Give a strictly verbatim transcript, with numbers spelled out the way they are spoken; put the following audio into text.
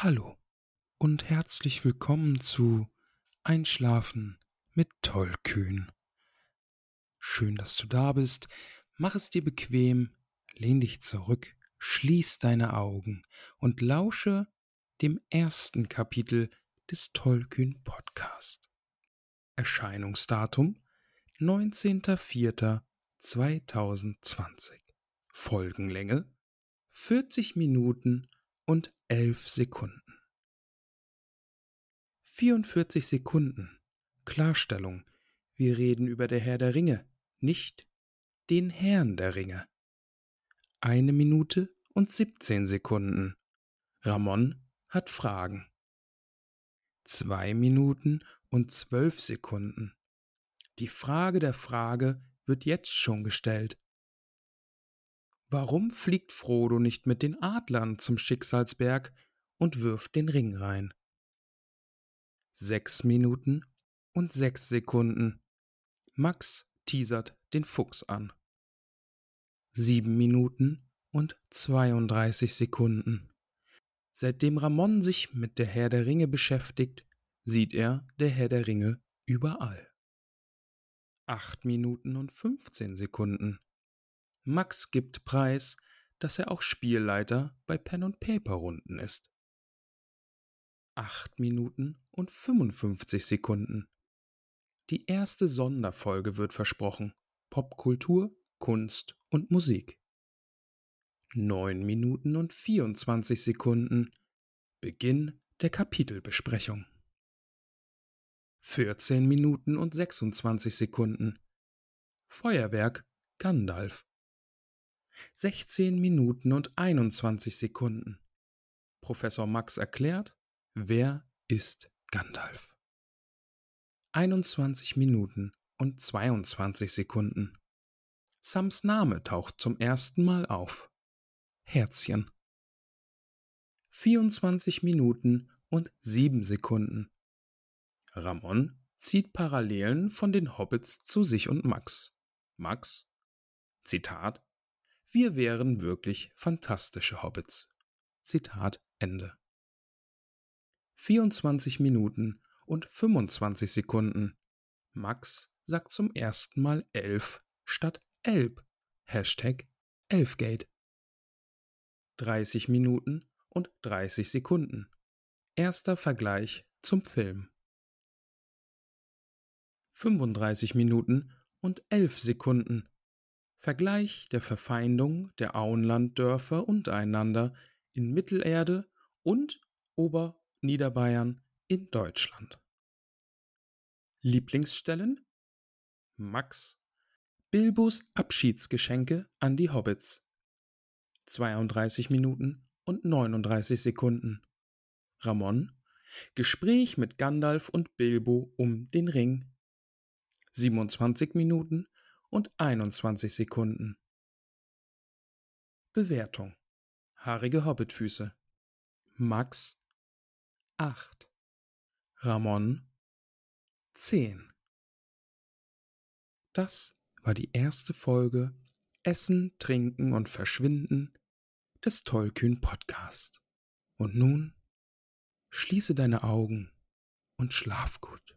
Hallo und herzlich willkommen zu Einschlafen mit Tollkühn. Schön, dass du da bist. Mach es dir bequem, lehn dich zurück, schließ deine Augen und lausche dem ersten Kapitel des Tollkühn Podcast. Erscheinungsdatum neunzehnter vierter zweitausendzwanzig. Folgenlänge vierzig Minuten und elf Sekunden. vierundvierzig Sekunden. Klarstellung. Wir reden über der Herr der Ringe, nicht den Herrn der Ringe. Eine Minute und siebzehn Sekunden. Ramon hat Fragen. Zwei Minuten und zwölf Sekunden. Die Frage der Frage wird jetzt schon gestellt. Warum fliegt Frodo nicht mit den Adlern zum Schicksalsberg und wirft den Ring rein? Sechs Minuten und sechs Sekunden. Max teasert den Fuchs an. Sieben Minuten und zweiunddreißig Sekunden. Seitdem Ramon sich mit der Herr der Ringe beschäftigt, sieht er der Herr der Ringe überall. Acht Minuten und fünfzehn Sekunden. Max gibt preis, dass er auch Spielleiter bei Pen-and-Paper-Runden ist. Acht Minuten und fünfundfünfzig Sekunden. Die erste Sonderfolge wird versprochen. Popkultur, Kunst und Musik. Neun Minuten und vierundzwanzig Sekunden. Beginn der Kapitelbesprechung. Vierzehn Minuten und sechsundzwanzig Sekunden. Feuerwerk Gandalf. Sechzehn Minuten und einundzwanzig Sekunden. Professor Max erklärt, wer ist Gandalf. Einundzwanzig Minuten und zweiundzwanzig Sekunden. Sams Name taucht zum ersten Mal auf. Herzchen. vierundzwanzig Minuten und sieben Sekunden. Ramon zieht Parallelen von den Hobbits zu sich und Max. Max, Zitat, wir wären wirklich fantastische Hobbits. Zitat Ende. vierundzwanzig Minuten und fünfundzwanzig Sekunden. Max sagt zum ersten Mal Elf statt Elb. Hashtag Elfgate. dreißig Minuten und dreißig Sekunden. Erster Vergleich zum Film. fünfunddreißig Minuten und elf Sekunden. Vergleich der Verfeindung der Auenlanddörfer untereinander in Mittelerde und Oberniederbayern in Deutschland. Lieblingsstellen? Max. Bilbos Abschiedsgeschenke an die Hobbits. zweiunddreißig Minuten und neununddreißig Sekunden. Ramon. Gespräch mit Gandalf und Bilbo um den Ring. siebenundzwanzig Minuten und einundzwanzig Sekunden. Bewertung. Haarige Hobbitfüße. Max acht. Ramon zehn. Das war die erste Folge Essen, Trinken und Verschwinden des Tollkühn Podcast. Und nun schließe deine Augen und schlaf gut.